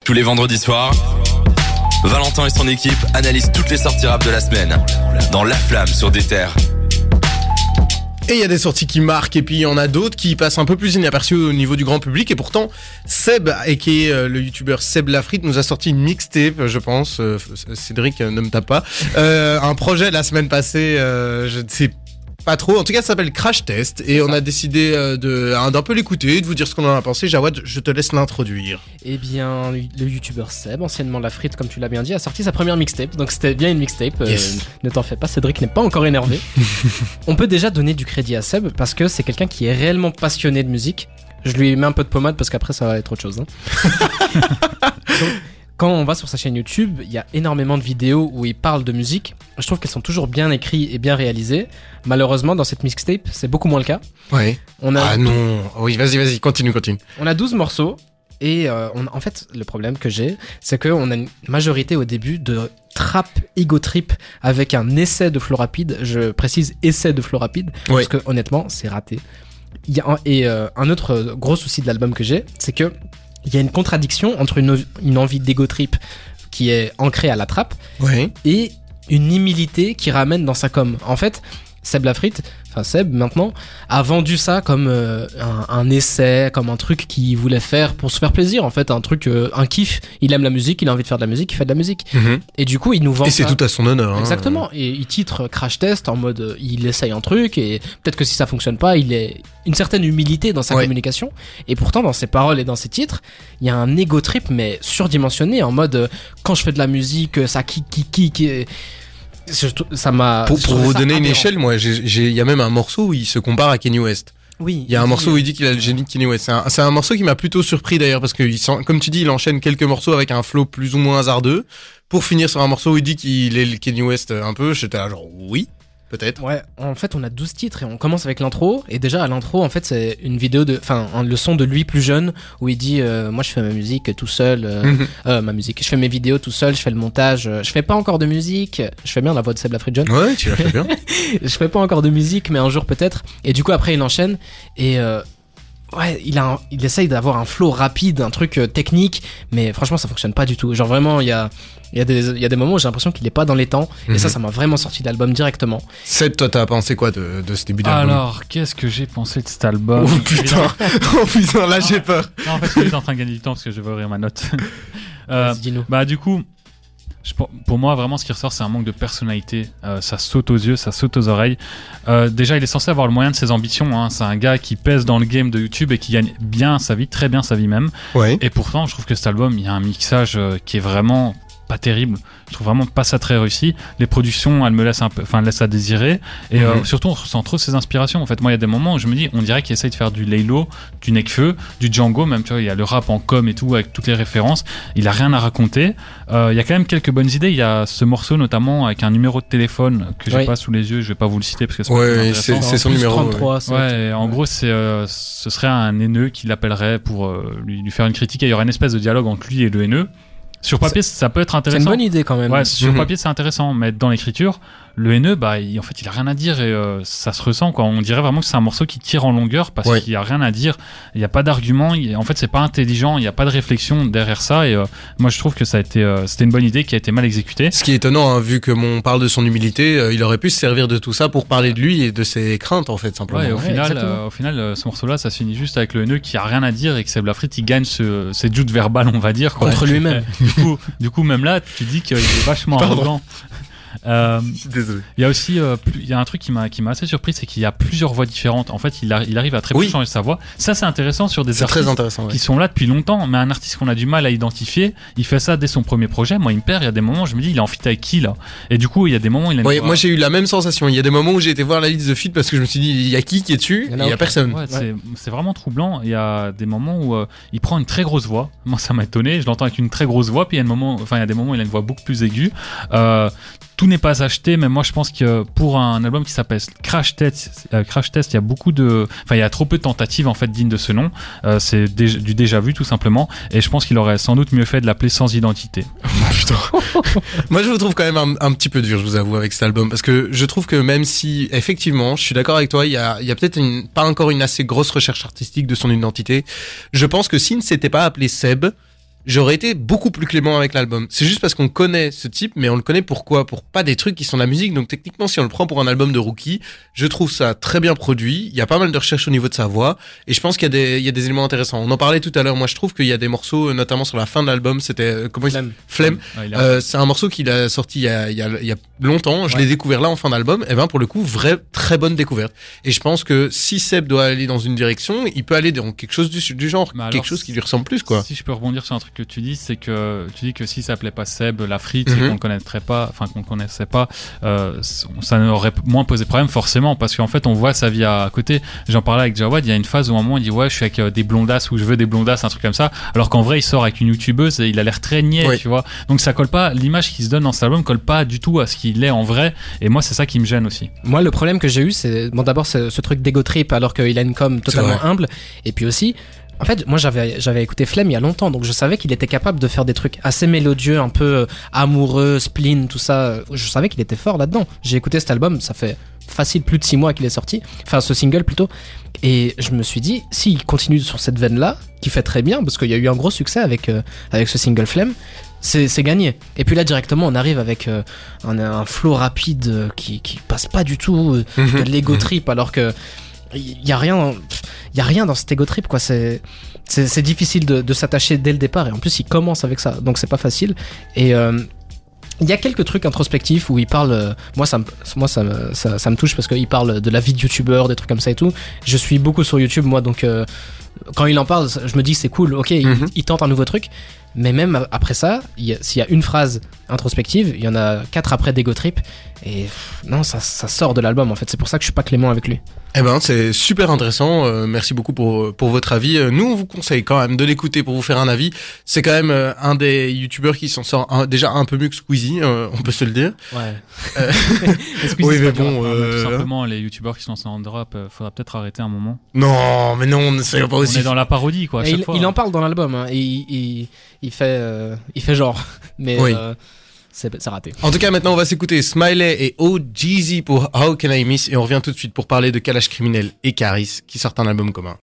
Tous les vendredis soirs, Valentin et son équipe analysent toutes les sorties rap de la semaine dans La Flamme sur des terres. Et il y a des sorties qui marquent et puis il y en a d'autres qui passent un peu plus inaperçues au niveau du grand public. Et pourtant, Seb, et qui est le youtubeur Seb Lafrite, nous a sorti une mixtape, je pense. Cédric, ne me tape pas. Un projet la semaine passée, je ne sais pas trop. En tout cas, ça s'appelle Crash Test. Et on a décidé d'un peu l'écouter, de vous dire ce qu'on en a pensé. Jawad, je te laisse l'introduire. Eh bien, le youtubeur Seb, anciennement Lafrite, comme tu l'as bien dit, a sorti sa première mixtape. Donc c'était bien une mixtape. Yes. Ne t'en fais pas, Cédric n'est pas encore énervé. On peut déjà donner du crédit à Seb parce que c'est quelqu'un qui est réellement passionné de musique. Je lui mets un peu de pommade parce qu'après ça va être autre chose. Donc, quand on va sur sa chaîne YouTube, il y a énormément de vidéos où il parle de musique. Je trouve qu'elles sont toujours bien écrites et bien réalisées. Malheureusement, dans cette mixtape, c'est beaucoup moins le cas. Ouais. Ah non. Oui, vas-y, continue. On a 12 morceaux. Et en fait, le problème que j'ai, c'est qu'on a une majorité au début de trap ego trip avec un essai de flow rapide. Je précise essai de flow rapide, parce que honnêtement, c'est raté. Un autre gros souci de l'album que j'ai, c'est que il y a une contradiction entre une envie d'ego trip qui est ancrée à la trap et une humilité qui ramène dans sa com. En fait, Seb Lafrite, enfin Seb maintenant, a vendu ça comme un essai, comme un truc qu'il voulait faire pour se faire plaisir, en fait, un truc, un kiff. Il aime la musique, il a envie de faire de la musique, il fait de la musique. Et du coup, il nous vend et ça. c'est tout à son honneur. Exactement. Et il titre Crash Test en mode, il essaye un truc et peut-être que si ça fonctionne pas, il est une certaine humilité dans sa communication. Et pourtant, dans ses paroles et dans ses titres, il y a un ego trip mais surdimensionné en mode, quand je fais de la musique, ça kick. Ça m'a. Pour vous donner une échelle, moi, il y a même un morceau où il se compare à Kanye West. Oui. Il y a un morceau où il dit qu'il a le génie de Kanye West. C'est un morceau qui m'a plutôt surpris d'ailleurs parce que, comme tu dis, il enchaîne quelques morceaux avec un flow plus ou moins hasardeux pour finir sur un morceau où il dit qu'il est le Kanye West un peu. J'étais là genre oui. Peut-être. Ouais, en fait, on a 12 titres et on commence avec l'intro. Et déjà, à l'intro, en fait, c'est une vidéo le son de lui plus jeune où il dit, moi, je fais ma musique tout seul, je fais mes vidéos tout seul, je fais le montage, je fais pas encore de musique. Je fais bien la voix de Seb Lafrite John. Ouais, tu l'as fait bien. Je fais pas encore de musique, mais un jour peut-être. Et du coup, après, il enchaîne et, il essaye d'avoir un flow rapide, un truc technique, mais franchement, ça fonctionne pas du tout. Genre vraiment, il y a des moments où j'ai l'impression qu'il est pas dans les temps, et ça m'a vraiment sorti de l'album directement. Seb, toi, t'as pensé quoi de ce début d'album? Alors, qu'est-ce que j'ai pensé de cet album? Oh putain, là j'ai peur. Non, en fait, je suis en train de gagner du temps parce que je vais ouvrir ma note. Dis-nous. Bah, du coup, pour moi, vraiment, ce qui ressort, c'est un manque de personnalité. Ça saute aux yeux, ça saute aux oreilles. Déjà, il est censé avoir le moyen de ses ambitions. Hein. C'est un gars qui pèse dans le game de YouTube et qui gagne bien sa vie, très bien sa vie même. Ouais. Et pourtant, je trouve que cet album, il y a un mixage qui est vraiment pas terrible. Je trouve vraiment pas ça très réussi. Les productions, elles me laissent laissent à désirer. Et surtout, on ressent trop ses inspirations. En fait, moi, il y a des moments où je me dis, on dirait qu'il essaye de faire du Laylo, du Nekfeu, du Django, même, tu vois, il y a le rap en com et tout, avec toutes les références. Il a rien à raconter. Il y a quand même quelques bonnes idées. Il y a ce morceau, notamment, avec un numéro de téléphone que j'ai pas sous les yeux. Je vais pas vous le citer parce que c'est son numéro. 33, en gros, ce serait un haineux qui l'appellerait pour lui faire une critique. Et il y aura une espèce de dialogue entre lui et le haineux. Sur papier, ça peut être intéressant. C'est une bonne idée quand même. Ouais, sur papier, c'est intéressant, mais dans l'écriture, le haineux, il a rien à dire et ça se ressent, quoi. On dirait vraiment que c'est un morceau qui tire en longueur parce qu'il y a rien à dire, il y a pas d'argument, en fait, c'est pas intelligent, il y a pas de réflexion derrière ça et moi je trouve que c'était une bonne idée qui a été mal exécutée. Ce qui est étonnant, hein, vu que on parle de son humilité, il aurait pu se servir de tout ça pour parler de lui et de ses craintes en fait, simplement. Ouais, et au final, ce morceau-là, ça se finit juste avec le haineux qui a rien à dire et que Seb Lafrite, il gagne ses joutes verbales, on va dire, quoi. Contre lui-même. Du coup, même là, tu dis qu'il est vachement arrogant. Désolé. Il y a aussi il y a un truc qui m'a assez surpris, c'est qu'il y a plusieurs voix différentes. En fait, il arrive à très peu changer sa voix. Ça, c'est intéressant sur des artistes qui sont là depuis longtemps, mais un artiste qu'on a du mal à identifier, il fait ça dès son premier projet. Moi, il me perd. Il y a des moments où je me dis, il est en feat avec qui là? Et du coup, il y a des moments où il a moi j'ai eu la même sensation. Il y a des moments où j'ai été voir la liste de feat parce que je me suis dit, il y a qui est dessus? Il y a personne. Ouais, c'est vraiment troublant. Il y a des moments où il prend une très grosse voix. Moi, ça m'a étonné. Je l'entends avec une très grosse voix, puis il y a des moments où il a une voix beaucoup plus aiguë. Tout n'est pas acheté, mais moi je pense que pour un album qui s'appelle Crash Test, il y a il y a trop peu de tentatives en fait dignes de ce nom. C'est du déjà vu tout simplement, et je pense qu'il aurait sans doute mieux fait de l'appeler Sans Identité. Putain. Moi je vous trouve quand même un petit peu dur, je vous avoue, avec cet album, parce que je trouve que même si effectivement, je suis d'accord avec toi, il y a peut-être pas encore une assez grosse recherche artistique de son identité. Je pense que s'il ne s'était pas appelé Seb, j'aurais été beaucoup plus clément avec l'album. C'est juste parce qu'on connaît ce type, mais on le connaît pourquoi? Pour pas des trucs qui sont de la musique. Donc techniquement, si on le prend pour un album de Rookie, je trouve ça très bien produit. Il y a pas mal de recherches au niveau de sa voix, et je pense qu'il y a des éléments intéressants. On en parlait tout à l'heure. Moi, je trouve qu'il y a des morceaux, notamment sur la fin de l'album, c'était Flemme. Ouais, C'est un morceau qu'il a sorti il y a longtemps. Je l'ai découvert là en fin d'album. Et ben pour le coup, très bonne découverte. Et je pense que si Seb doit aller dans une direction, il peut aller dans quelque chose du genre, quelque chose qui lui ressemble plus, quoi. Si je peux rebondir sur un truc que tu dis, c'est que tu dis que si ça s'appelait pas Seb la frite, et qu'on connaîtrait pas, enfin qu'on connaissait pas, ça n'aurait moins posé problème forcément, parce qu'en fait on voit sa vie à côté. J'en parlais avec Jawad, il y a une phase où à un moment il dit ouais je suis avec des blondasses, ou je veux des blondasses, un truc comme ça, alors qu'en vrai il sort avec une youtubeuse et il a l'air très niais, tu vois. Donc ça colle pas, l'image qui se donne dans cet album colle pas du tout à ce qu'il est en vrai, et moi c'est ça qui me gêne aussi. Moi le problème que j'ai eu, c'est d'abord ce truc d'ego trip alors qu'il a une com totalement humble, et puis aussi en fait, moi j'avais écouté Flemme il y a longtemps, donc je savais qu'il était capable de faire des trucs assez mélodieux, un peu amoureux, spleen, tout ça. Je savais qu'il était fort là-dedans. J'ai écouté cet album, ça fait facile plus de 6 mois qu'il est sorti, enfin ce single plutôt, et je me suis dit, s'il continue sur cette veine-là, qui fait très bien, parce qu'il y a eu un gros succès avec ce single Flemme, c'est gagné. Et puis là directement on arrive avec un flow rapide qui passe pas du tout de l'ego trip, alors que il y a rien dans cet ego trip, quoi. C'est difficile de s'attacher dès le départ, et en plus il commence avec ça, donc c'est pas facile. Et il y a quelques trucs introspectifs où il parle, moi ça me touche, parce qu'il parle de la vie de youtubeur, des trucs comme ça et tout. Je suis beaucoup sur YouTube moi, donc quand il en parle, je me dis c'est cool, ok, il tente un nouveau truc. Mais même après ça, s'il y a une phrase introspective, il y en a 4 après d'ego trip, et non, ça sort de l'album en fait. C'est pour ça que je suis pas clément avec lui. Eh ben, c'est super intéressant. Merci beaucoup pour votre avis. Nous, on vous conseille quand même de l'écouter pour vous faire un avis. C'est quand même un des youtubeurs qui s'en sort déjà un peu mieux que Squeezie, on peut se le dire. Ouais. Oui, mais bon, tout simplement, les youtubeurs qui sont lancés en drop, faudra peut-être arrêter un moment. Non, mais non, ne soyons pas aussi. On est dans la parodie, quoi. À chaque fois. Il en parle dans l'album, hein, et il fait genre, mais oui. C'est raté. En tout cas, maintenant, on va s'écouter Smiley et OGZ pour How Can I Miss, et on revient tout de suite pour parler de Kalash Criminel et Caris qui sortent un album commun.